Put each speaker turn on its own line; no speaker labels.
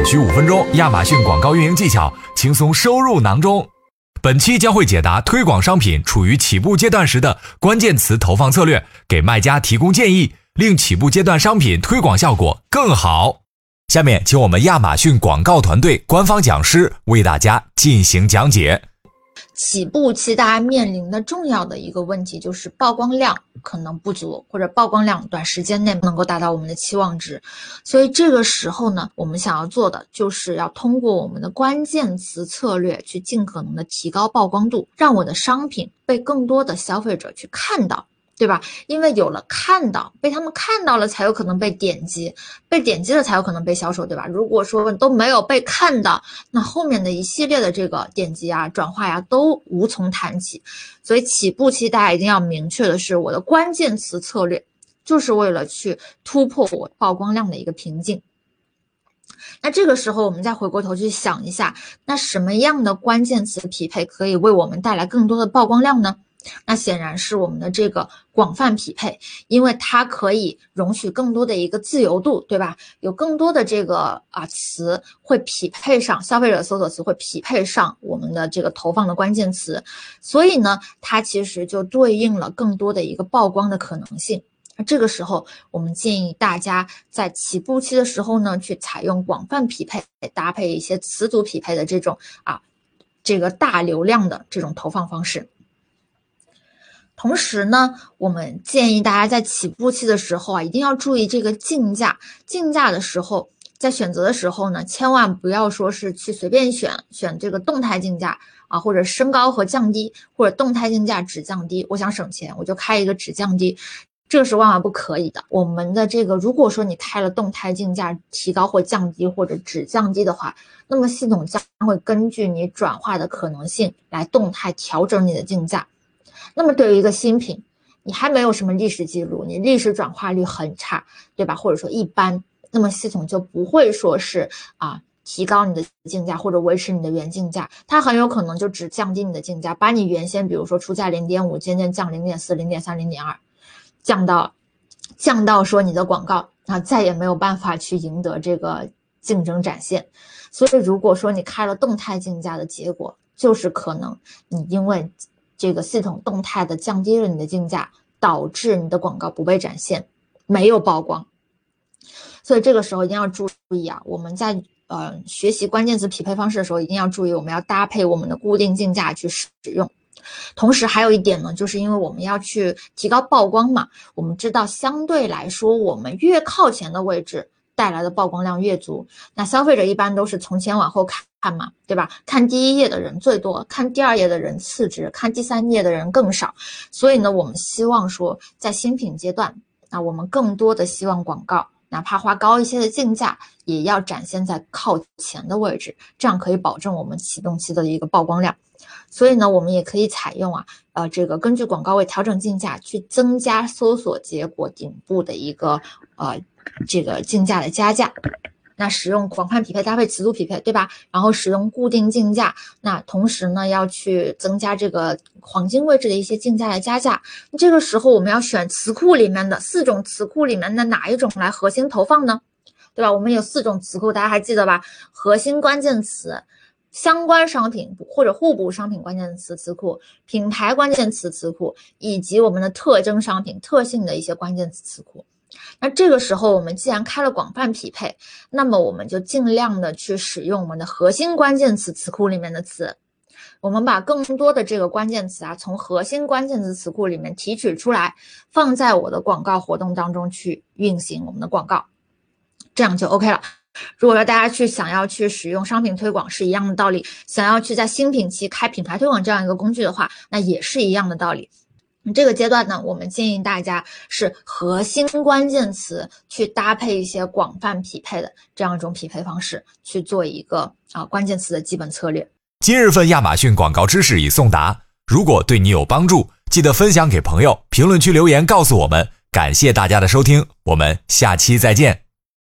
只需5分钟，亚马逊广告运营技巧轻松收入囊中。本期将会解答推广商品处于起步阶段时的关键词投放策略，给卖家提供建议，令起步阶段商品推广效果更好。下面请我们亚马逊广告团队官方讲师为大家进行讲解。
起步期大家面临的重要的一个问题就是曝光量可能不足，或者曝光量短时间内不能够达到我们的期望值。所以这个时候呢，我们想要做的就是要通过我们的关键词策略去尽可能的提高曝光度，让我的商品被更多的消费者去看到，对吧？因为有了看到，被他们看到了才有可能被点击，被点击了才有可能被销售，对吧？如果说都没有被看到，那后面的一系列的这个点击啊、转化呀都无从谈起。所以起步期大家一定要明确的是，我的关键词策略就是为了去突破我曝光量的一个瓶颈。那这个时候我们再回过头去想一下，那什么样的关键词匹配可以为我们带来更多的曝光量呢？那显然是我们的这个广泛匹配，因为它可以容许更多的一个自由度，对吧？有更多的这个词会匹配上消费者搜索词，会匹配上我们的这个投放的关键词，所以呢，它其实就对应了更多的一个曝光的可能性。这个时候，我们建议大家在起步期的时候呢，去采用广泛匹配，搭配一些词组匹配的这种这个大流量的这种投放方式。同时呢，我们建议大家在起步期的时候一定要注意这个竞价。竞价的时候，在选择的时候呢，千万不要说是去随便选这个动态竞价或者升高和降低，或者动态竞价只降低，我想省钱我就开一个只降低，这是万万不可以的。我们的这个如果说你开了动态竞价提高或降低或者只降低的话，那么系统将会根据你转化的可能性来动态调整你的竞价。那么对于一个新品，你还没有什么历史记录，你历史转化率很差，对吧？或者说一般，那么系统就不会说是提高你的竞价或者维持你的原竞价，它很有可能就只降低你的竞价，把你原先比如说出价 0.5 渐渐降 0.4 0.3 0.2 降到说你的广告再也没有办法去赢得这个竞争展现。所以如果说你开了动态竞价的结果，就是可能你因为这个系统动态的降低了你的竞价，导致你的广告不被展现，没有曝光。所以这个时候一定要注意我们在学习关键词匹配方式的时候，一定要注意我们要搭配我们的固定竞价去使用。同时还有一点呢，就是因为我们要去提高曝光嘛，我们知道相对来说我们越靠前的位置带来的曝光量越足，那消费者一般都是从前往后看嘛，对吧？看第一页的人最多，看第二页的人次之，看第三页的人更少。所以呢，我们希望说在新品阶段，我们更多的希望广告哪怕花高一些的竞价，也要展现在靠前的位置，这样可以保证我们启动期的一个曝光量。所以呢，我们也可以采用这个根据广告位调整竞价，去增加搜索结果顶部的一个这个竞价的加价。那使用广泛匹配搭配词组匹配，对吧？然后使用固定竞价，那同时呢要去增加这个黄金位置的一些竞价的加价。这个时候我们要选词库里面的4种词库里面的哪一种来核心投放呢？对吧？我们有4种词库，大家还记得吧？核心关键词、相关商品或者互补商品关键词词库、品牌关键词词库，以及我们的特征商品特性的一些关键词词库。那这个时候我们既然开了广泛匹配，那么我们就尽量的去使用我们的核心关键词词库里面的词，我们把更多的这个关键词从核心关键词词库里面提取出来，放在我的广告活动当中去运行我们的广告，这样就 OK 了。如果说大家想要去使用商品推广是一样的道理，想要去在新品期开品牌推广这样一个工具的话，那也是一样的道理。这个阶段呢，我们建议大家是核心关键词去搭配一些广泛匹配的这样一种匹配方式，去做一个关键词的基本策略。
今日份亚马逊广告知识已送达，如果对你有帮助，记得分享给朋友，评论区留言告诉我们。感谢大家的收听，我们下期再见。